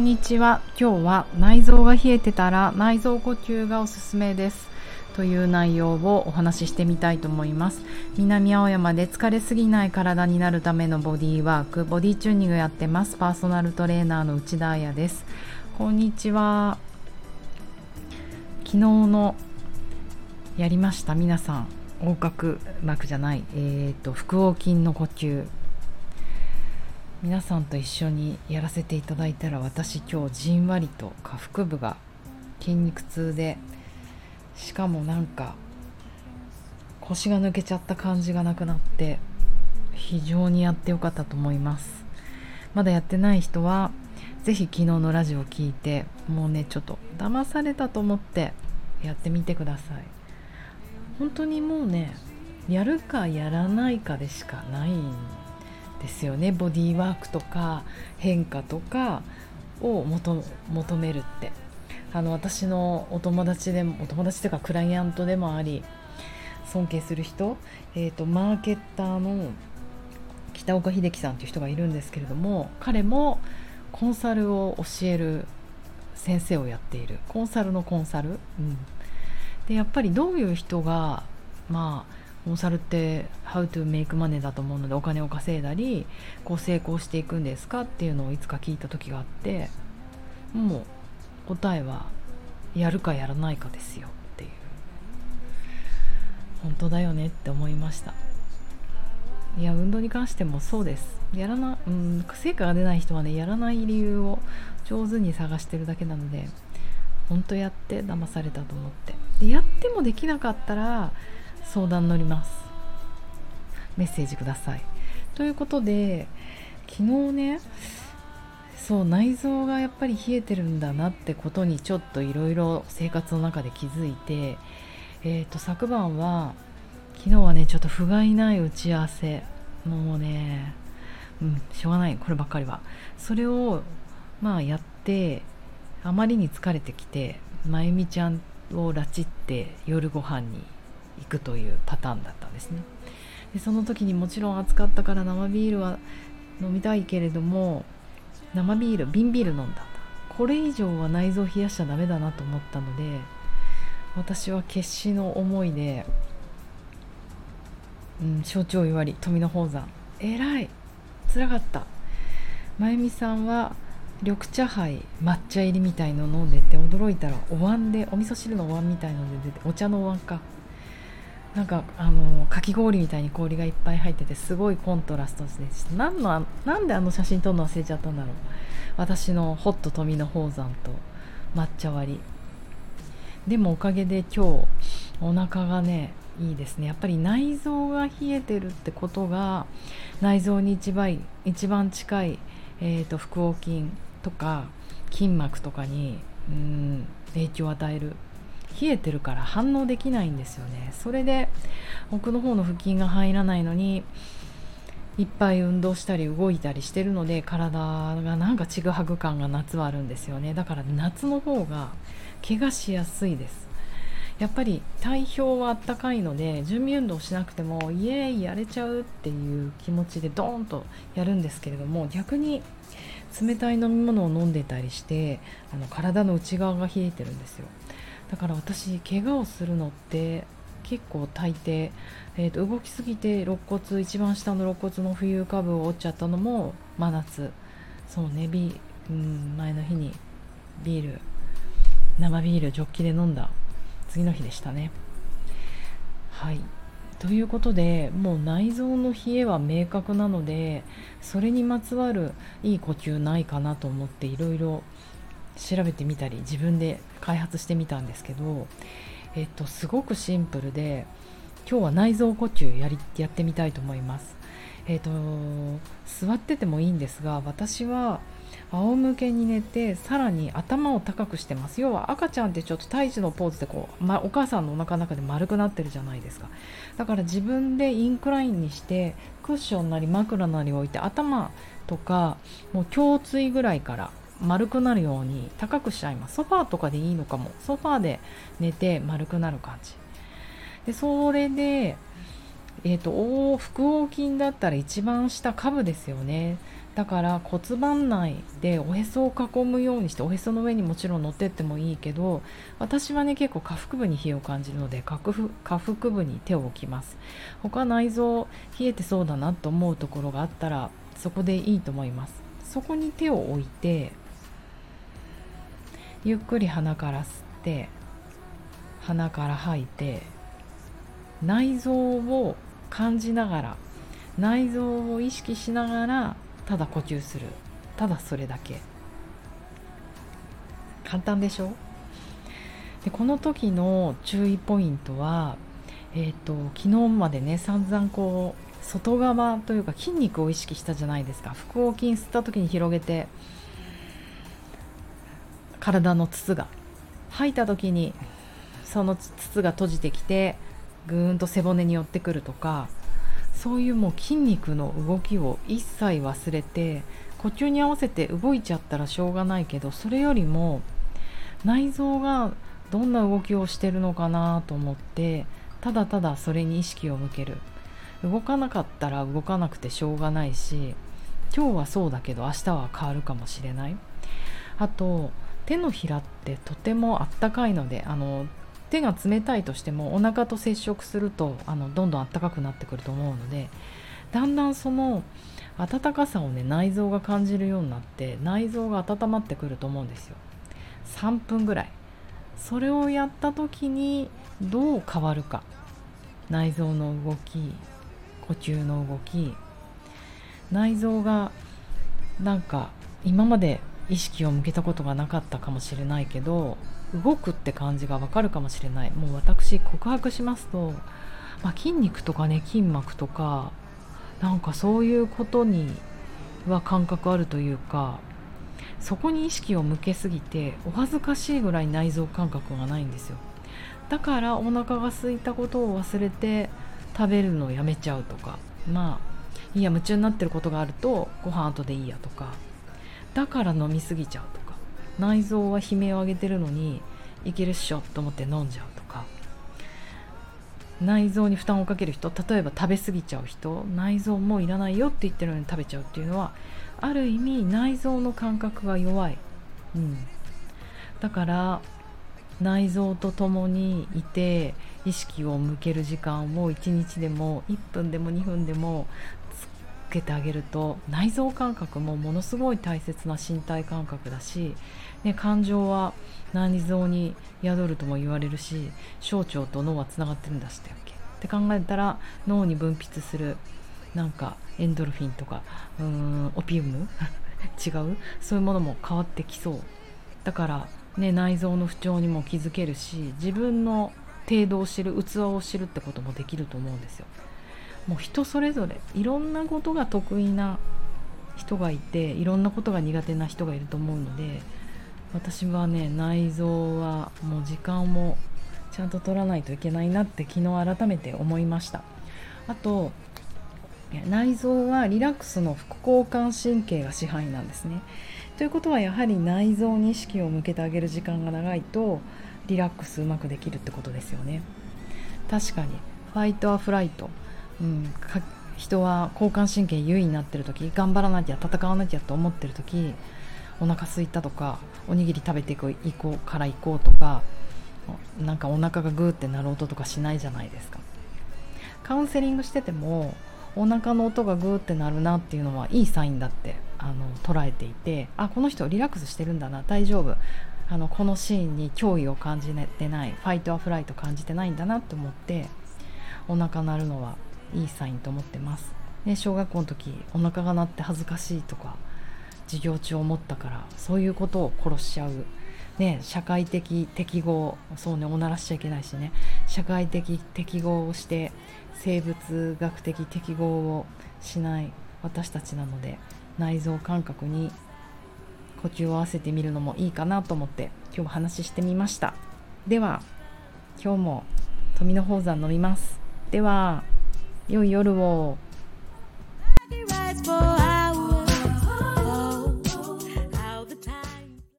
んにちは。今日は内臓が冷えてたら内臓呼吸がおすすめですという内容をお話ししてみたいと思います。南青山で疲れすぎない体になるためのボディワーク、ボディチューニングやってます。パーソナルトレーナーの内田彩です。こんにちは。昨日のやりました。皆さん横隔膜じゃない、腹横筋の呼吸、皆さんと一緒にやらせていただいたら、私今日じんわりと下腹部が筋肉痛で、しかもなんか腰が抜けちゃった感じがなくなって、非常にやってよかったと思います。まだやってない人はぜひ昨日のラジオを聞いて、もうねちょっと騙されたと思ってやってみてください。本当にもうね、やるかやらないかでしかないんですよね。ボディーワークとか変化とかを求めるって、私のお友達というかクライアントでもあり、尊敬する人、マーケッターの北岡秀樹さんという人がいるんですけれども、彼もコンサルを教える先生をやっている、コンサル、でやっぱりどういう人がコンサルってHow to make moneyだと思うので、お金を稼いだりこう成功していくんですかっていうのをいつか聞いた時があって、もう答えはやるかやらないかですよっていう、本当だよねって思いました。いや、運動に関してもそうです。成果が出ない人はね、やらない理由を上手に探してるだけなので、本当やって騙されたと思って、でやってもできなかったら相談乗ります。メッセージください。ということで、昨日ね、内臓がやっぱり冷えてるんだなってことにちょっといろいろ生活の中で気づいて、昨晩は昨日はねちょっと不甲斐ない打ち合わせ、もうね、しょうがない、こればっかりは。それをやって、あまりに疲れてきて、まゆみちゃんを拉致って夜ご飯に行くというパターンだったんですね。でその時にもちろん暑かったから生ビールは飲みたいけれども、瓶ビール飲んだんだ。これ以上は内臓冷やしちゃダメだなと思ったので、私は決死の思いで、焼酎湯割り、富の宝山、えらい辛かった。まゆみさんは緑茶杯抹茶入りみたいの飲んでて、驚いたらお椀で、お味噌汁のお椀みたいので出て、お茶のお椀かなんかかき氷みたいに氷がいっぱい入ってて、すごいコントラストでした。なんで写真撮るの忘れちゃったんだろう。私のホット富の宝山と抹茶割りでも、おかげで今日お腹がねいいですね。やっぱり内臓が冷えてるってことが、内臓に一番近い、腹横筋とか筋膜とかに影響を与える。冷えてるから反応できないんですよね。それで奥の方の腹筋が入らないのに、いっぱい運動したり動いたりしてるので、体がなんかちぐはぐ感が夏はあるんですよね。だから夏の方が怪我しやすいです。やっぱり体表はあったかいので、準備運動しなくてもイエーイやれちゃうっていう気持ちでドーンとやるんですけれども、逆に冷たい飲み物を飲んでたりして、体の内側が冷えてるんですよ。だから私、怪我をするのって結構大抵、動きすぎて一番下の肋骨の浮遊下部を折っちゃったのも真夏、前の日に生ビールジョッキで飲んだ次の日でしたね。はい、ということで、もう内臓の冷えは明確なので、それにまつわるいい呼吸ないかなと思って、いろいろ調べてみたり自分で開発してみたんですけど、すごくシンプルで、今日は内臓呼吸やってみたいと思います。座っててもいいんですが、私は仰向けに寝て、さらに頭を高くしてます。要は赤ちゃんってちょっと胎児のポーズでお母さんのお腹の中で丸くなってるじゃないですか。だから自分でインクラインにしてクッションなり枕なり置いて、頭とかもう胸椎ぐらいから丸くなるように高くしちゃいます。ソファーとかでいいのかも。ソファーで寝て丸くなる感じで、それで腹横筋だったら一番下下部ですよね。だから骨盤内でおへそを囲むようにして、おへその上にもちろん乗ってってもいいけど、私はね結構下腹部に冷えを感じるので下腹部に手を置きます。他内臓冷えてそうだなと思うところがあったらそこでいいと思います。そこに手を置いて、ゆっくり鼻から吸って鼻から吐いて、内臓を感じながら、内臓を意識しながらただ呼吸する。ただそれだけ。簡単でしょ。でこの時の注意ポイントは、昨日までね散々こう外側というか筋肉を意識したじゃないですか。腹横筋吸った時に広げて、体の筒が吐いた時にその筒が閉じてきてぐーんと背骨に寄ってくるとか、そういうもう筋肉の動きを一切忘れて呼吸に合わせて動いちゃったらしょうがないけど、それよりも内臓がどんな動きをしてるのかなと思って、ただただそれに意識を向ける。動かなかったら動かなくてしょうがないし、今日はそうだけど明日は変わるかもしれない。あと手のひらってとてもあったかいので、手が冷たいとしてもお腹と接触するとどんどんあったかくなってくると思うので、だんだんその温かさをね内臓が感じるようになって、内臓が温まってくると思うんですよ。3分ぐらいそれをやった時にどう変わるか、内臓の動き、呼吸の動き、内臓がなんか今まで意識を向けたことがなかったかもしれないけど、動くって感じがわかるかもしれない。もう私告白しますと、筋肉とかね筋膜とかなんかそういうことには感覚あるというか、そこに意識を向けすぎてお恥ずかしいぐらい内臓感覚がないんですよ。だからお腹が空いたことを忘れて食べるのをやめちゃうとか、いいや夢中になってることがあるとご飯後でいいやとか、だから飲みすぎちゃうとか、内臓は悲鳴を上げてるのにいけるっしょと思って飲んじゃうとか、内臓に負担をかける人、例えば食べ過ぎちゃう人、内臓もういらないよって言ってるのに食べちゃうっていうのはある意味内臓の感覚が弱い、だから内臓と共にいて意識を向ける時間を1日でも1分でも2分でもつけてあげると、内臓感覚もものすごい大切な身体感覚だし、感情は内臓に宿るとも言われるし、小腸と脳はつながってるんだしたっけって考えたら、脳に分泌するなんかエンドルフィンとかオピウム違う、そういうものも変わってきそうだから内臓の不調にも気づけるし、自分の程度を知る、器を知るってこともできると思うんですよ。もう人それぞれいろんなことが得意な人がいて、いろんなことが苦手な人がいると思うので、私は内臓はもう時間をちゃんと取らないといけないなって昨日改めて思いました。あと内臓はリラックスの副交感神経が支配なんですね。ということはやはり内臓に意識を向けてあげる時間が長いとリラックスうまくできるってことですよね。確かにファイトアフライト、人は交感神経優位になってる時、頑張らなきゃ戦わなきゃと思ってる時、お腹空いたとかおにぎり食べていこうから行こうとか、なんかお腹がグーって鳴る音とかしないじゃないですか。カウンセリングしててもお腹の音がグーって鳴るなっていうのはいいサインだって捉えていて、この人リラックスしてるんだな、大丈夫、このシーンに脅威を感じてない、ファイトアフライト感じてないんだなと思って、お腹鳴るのはいいサインと思ってます、小学校の時お腹が鳴って恥ずかしいとか授業中思ったから、そういうことを殺しちゃう、社会的適合、おならしちゃいけないしね、社会的適合をして生物学的適合をしない私たちなので、内臓感覚に呼吸を合わせてみるのもいいかなと思って今日も話してみました。では今日も富の宝山飲みます。では良い夜を。